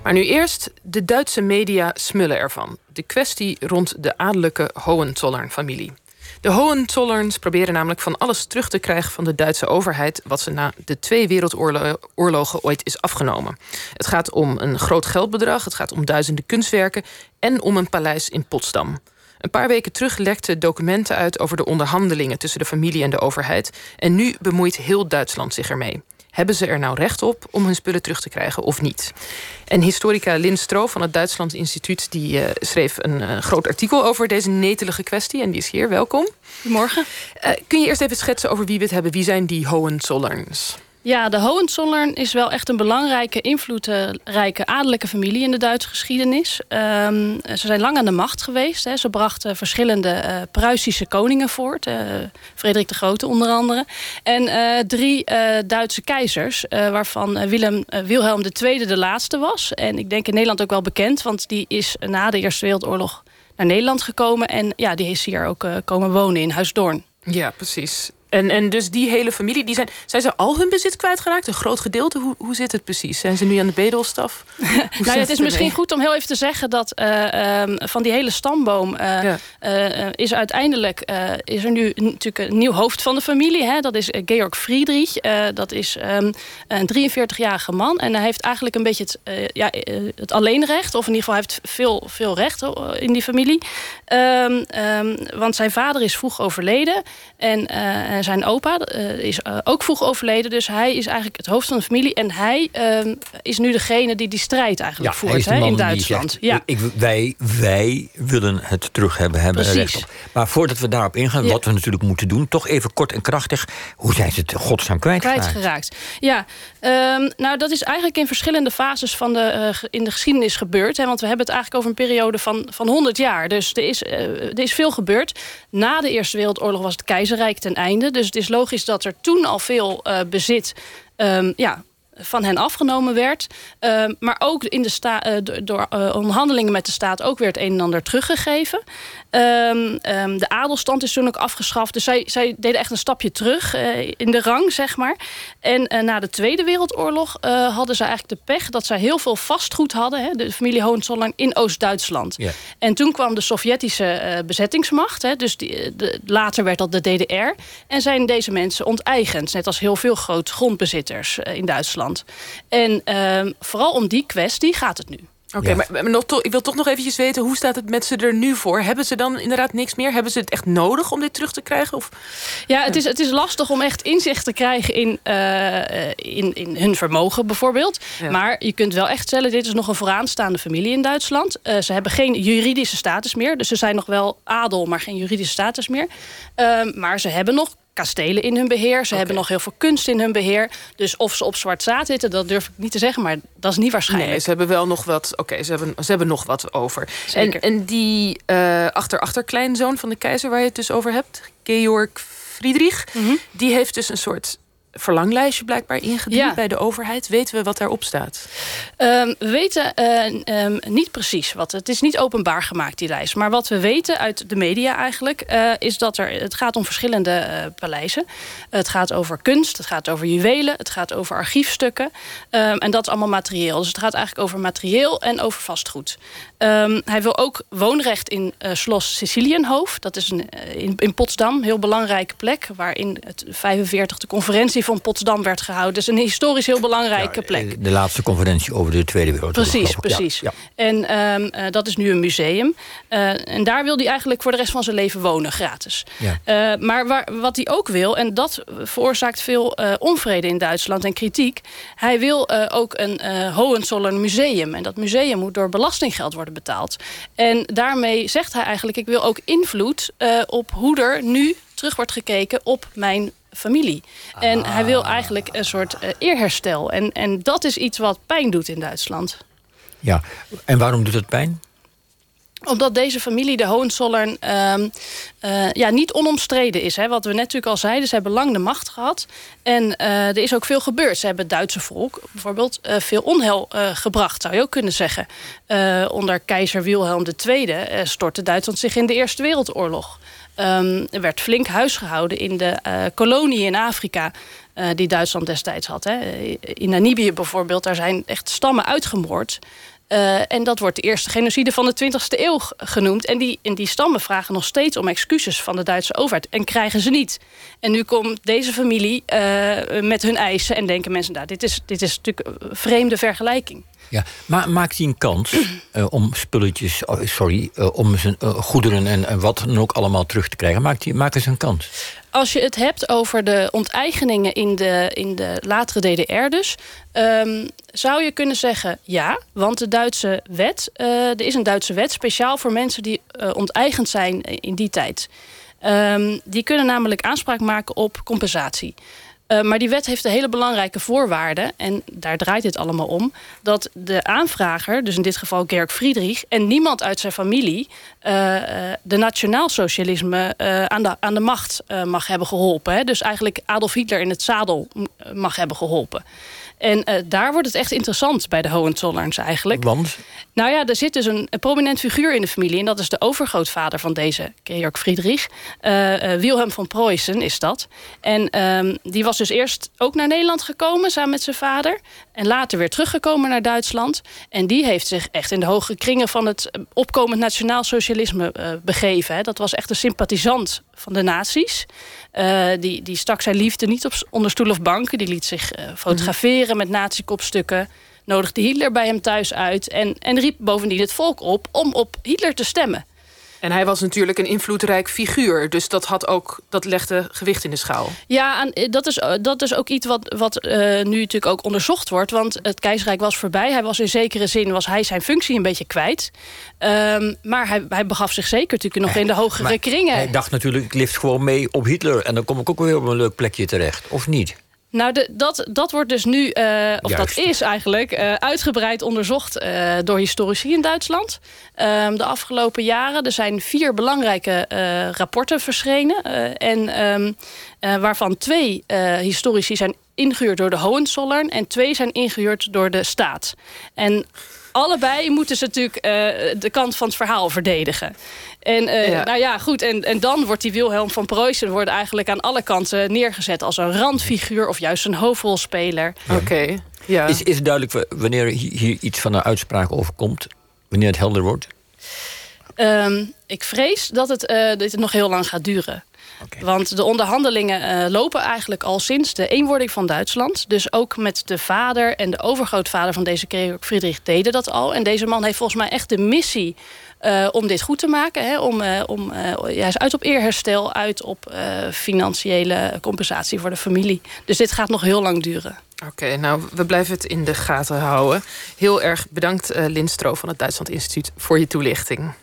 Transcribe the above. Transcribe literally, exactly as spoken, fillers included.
Maar nu eerst, de Duitse media smullen ervan. De kwestie rond de adellijke Hohenzollern-familie. De Hohenzollerns proberen namelijk van alles terug te krijgen van de Duitse overheid wat ze na de twee wereldoorlogen ooit is afgenomen. Het gaat om een groot geldbedrag, het gaat om duizenden kunstwerken en om een paleis in Potsdam. Een paar weken terug lekten documenten uit over de onderhandelingen tussen de familie en de overheid. En nu bemoeit heel Duitsland zich ermee. Hebben ze er nou recht op om hun spullen terug te krijgen of niet? En historica Lynn Stroh van het Duitsland Instituut die uh, schreef een uh, groot artikel over deze netelige kwestie. En die is hier, welkom. Goedemorgen. Uh, kun je eerst even schetsen over wie we het hebben? Wie zijn die Hohenzollerns? Ja, de Hohenzollern is wel echt een belangrijke, invloedrijke adellijke familie in de Duitse geschiedenis. Um, ze zijn lang aan de macht geweest. Hè. Ze brachten verschillende uh, Pruisische koningen voort. Uh, Frederik de Grote onder andere. En uh, drie uh, Duitse keizers, uh, waarvan uh, Willem, uh, Wilhelm de Tweede de laatste was. En ik denk in Nederland ook wel bekend, want die is na de Eerste Wereldoorlog naar Nederland gekomen. En ja, die is hier ook uh, komen wonen in Huisdoorn. Ja, precies. En, en dus die hele familie, die zijn, zijn ze al hun bezit kwijtgeraakt? Een groot gedeelte? Hoe, hoe zit het precies? Zijn ze nu aan de bedelstaf? nou ja, het is misschien goed om heel even te zeggen dat uh, um, van die hele stamboom uh, ja. uh, is uiteindelijk uh, is er nu natuurlijk een nieuw hoofd van de familie. Hè? Dat is uh, Georg Friedrich. Uh, dat is um, een drieënveertigjarige man. En hij heeft eigenlijk een beetje het, uh, ja, uh, het alleenrecht. Of in ieder geval hij heeft veel, veel recht in die familie. Um, um, want zijn vader is vroeg overleden. En uh, zijn opa uh, is uh, ook vroeg overleden. Dus hij is eigenlijk het hoofd van de familie. En hij uh, is nu degene die die strijd eigenlijk ja, voert hè, in Duitsland. Zegt, ja. ik, wij, wij willen het terug hebben, hebben er recht op. Maar voordat we daarop ingaan, ja. wat we natuurlijk moeten doen, toch even kort en krachtig. Hoe zijn ze het godsnaam kwijtgeraakt? Kwijtgeraakt. Ja, um, nou dat is eigenlijk in verschillende fases van de, uh, in de geschiedenis gebeurd. Hè, want we hebben het eigenlijk over een periode van, van honderd jaar. Dus er is, uh, er is veel gebeurd. Na de Eerste Wereldoorlog was het keizerrijk ten einde. Dus het is logisch dat er toen al veel uh, bezit um, ja, van hen afgenomen werd. Uh, maar ook in de sta- uh, door uh, onderhandelingen met de staat ook weer het een en ander teruggegeven. Um, um, de adelstand is toen ook afgeschaft. Dus zij, zij deden echt een stapje terug uh, in de rang, zeg maar. En uh, na de Tweede Wereldoorlog uh, hadden ze eigenlijk de pech dat zij heel veel vastgoed hadden. Hè, de familie Hohenzollern in Oost-Duitsland. Ja. En toen kwam de Sovjetische uh, bezettingsmacht. Hè, dus die, de, later werd dat de D D R. En zijn deze mensen onteigend. Net als heel veel groot grondbezitters uh, in Duitsland. En uh, vooral om die kwestie gaat het nu. Oké, okay, ja. maar, maar nog to- ik wil toch nog eventjes weten, hoe staat het met ze er nu voor? Hebben ze dan inderdaad niks meer? Hebben ze het echt nodig om dit terug te krijgen? Of? Ja, het is, het is lastig om echt inzicht te krijgen in, uh, in, in hun vermogen bijvoorbeeld. Ja. Maar je kunt wel echt stellen, dit is nog een vooraanstaande familie in Duitsland. Uh, ze hebben geen juridische status meer. Dus ze zijn nog wel adel, maar geen juridische status meer. Uh, maar ze hebben nog kastelen in hun beheer. Ze okay. hebben nog heel veel kunst in hun beheer. Dus of ze op zwart zaad zitten, dat durf ik niet te zeggen. Maar dat is niet waarschijnlijk. Nee, ze hebben wel nog wat. Oké, okay, ze, hebben, ze hebben nog wat over. Zeker. En, en die uh, achter-achterkleinzoon van de keizer waar je het dus over hebt, Georg Friedrich, mm-hmm. die heeft dus een soort verlanglijstje blijkbaar ingediend ja. bij de overheid. Weten we wat daarop staat? Um, we weten uh, um, niet precies wat. Het is niet openbaar gemaakt, die lijst. Maar wat we weten uit de media eigenlijk, Uh, is dat er, het gaat om verschillende uh, paleizen. Het gaat over kunst, het gaat over juwelen, het gaat over archiefstukken. Um, en dat is allemaal materieel. Dus het gaat eigenlijk over materieel en over vastgoed. Um, hij wil ook woonrecht in uh, Schloss Sicilienhof. Dat is een, uh, in, in Potsdam, een heel belangrijke plek, waarin het vijfenveertig de conferentie van Potsdam werd gehouden. Dus een historisch heel belangrijke ja, plek. De laatste conferentie over de Tweede Wereldoorlog. Precies, precies. Ja, ja. En um, uh, dat is nu een museum. Uh, en daar wil hij eigenlijk voor de rest van zijn leven wonen, gratis. Ja. Uh, maar waar, wat hij ook wil, en dat veroorzaakt veel uh, onvrede in Duitsland en kritiek. Hij wil uh, ook een uh, Hohenzollern museum. En dat museum moet door belastinggeld worden betaald. En daarmee zegt hij eigenlijk, ik wil ook invloed uh, op hoe er nu terug wordt gekeken op mijn familie. Ah. En hij wil eigenlijk een soort uh, eerherstel. En, en dat is iets wat pijn doet in Duitsland. Ja, en waarom doet het pijn? Omdat deze familie, de Hohenzollern, uh, uh, ja, niet onomstreden is. Hè. Wat we net natuurlijk al zeiden, ze hebben lang de macht gehad. En uh, er is ook veel gebeurd. Ze hebben het Duitse volk bijvoorbeeld uh, veel onheil uh, gebracht, zou je ook kunnen zeggen. Uh, onder keizer Wilhelm de Tweede uh, stortte Duitsland zich in de Eerste Wereldoorlog. Um, er werd flink huisgehouden in de uh, koloniën in Afrika uh, die Duitsland destijds had. Hè. In Namibië bijvoorbeeld, daar zijn echt stammen uitgemoord. Uh, en dat wordt de eerste genocide van de twintigste eeuw genoemd. En die, en die stammen vragen nog steeds om excuses van de Duitse overheid. En krijgen ze niet. En nu komt deze familie uh, met hun eisen. En denken mensen, nou, dit is, dit is natuurlijk een vreemde vergelijking. Ja, maar maakt hij een kans uh, om spulletjes, oh, sorry, uh, om zijn uh, goederen en, en wat dan ook allemaal terug te krijgen? Maakt hij, maken ze een kans? Als je het hebt over de onteigeningen in de, in de latere D D R dus, Um, zou je kunnen zeggen ja, want de Duitse wet, uh, er is een Duitse wet speciaal voor mensen die uh, onteigend zijn in die tijd. Um, die kunnen namelijk aanspraak maken op compensatie. Uh, maar die wet heeft een hele belangrijke voorwaarde, en daar draait dit allemaal om, dat de aanvrager, dus in dit geval Georg Friedrich, en niemand uit zijn familie uh, de nationaalsocialisme uh, aan, de, aan de macht uh, mag hebben geholpen. Hè? Dus eigenlijk Adolf Hitler in het zadel mag hebben geholpen. En uh, daar wordt het echt interessant bij de Hohenzollerns eigenlijk. Want? Nou ja, er zit dus een, een prominent figuur in de familie, en dat is de overgrootvader van deze Georg Friedrich. Uh, uh, Wilhelm von Preußen is dat. En um, die was dus eerst ook naar Nederland gekomen, samen met zijn vader. En later weer teruggekomen naar Duitsland. En die heeft zich echt in de hoge kringen van het opkomend nationaalsocialisme uh, begeven. Hè. Dat was echt een sympathisant van de nazi's. Uh, die, die stak zijn liefde niet op onder stoel of banken. Die liet zich uh, fotograferen met nazi-kopstukken. Nodigde Hitler bij hem thuis uit. En, en riep bovendien het volk op om op Hitler te stemmen. En hij was natuurlijk een invloedrijk figuur. Dus dat, had ook, dat legde gewicht in de schaal. Ja, en dat is, dat is ook iets wat, wat uh, nu natuurlijk ook onderzocht wordt. Want het keizerrijk was voorbij. Hij was in zekere zin was hij zijn functie een beetje kwijt. Um, maar hij, hij begaf zich zeker natuurlijk nog in de hogere maar kringen. Hij dacht natuurlijk, ik lift gewoon mee op Hitler. En dan kom ik ook weer op een leuk plekje terecht. Of niet? Nou, de, dat, dat wordt dus nu, uh, of Juist. dat is eigenlijk, uh, uitgebreid onderzocht uh, door historici in Duitsland. Um, de afgelopen jaren, er zijn vier belangrijke uh, rapporten verschenen. Uh, en um, uh, waarvan twee uh, historici zijn ingehuurd door de Hohenzollern en twee zijn ingehuurd door de staat. En allebei moeten ze natuurlijk uh, de kant van het verhaal verdedigen. En uh, ja. nou ja, goed. En, en dan wordt die Wilhelm van Preußen wordt eigenlijk aan alle kanten neergezet als een randfiguur of juist een hoofdrolspeler. Ja. Oké. Okay. Ja. Is, is het duidelijk wanneer hier iets van een uitspraak over komt? Wanneer het helder wordt? Um, ik vrees dat het, uh, dat het nog heel lang gaat duren. Okay. Want de onderhandelingen uh, lopen eigenlijk al sinds de eenwording van Duitsland. Dus ook met de vader en de overgrootvader van deze Georg Friedrich deden dat al. En deze man heeft volgens mij echt de missie uh, om dit goed te maken. Hè? Om, uh, om uh, juist uit op eerherstel, uit op uh, financiële compensatie voor de familie. Dus dit gaat nog heel lang duren. Oké, okay, nou, we blijven het in de gaten houden. Heel erg bedankt, uh, Lynn Stroh van het Duitsland Instituut, voor je toelichting.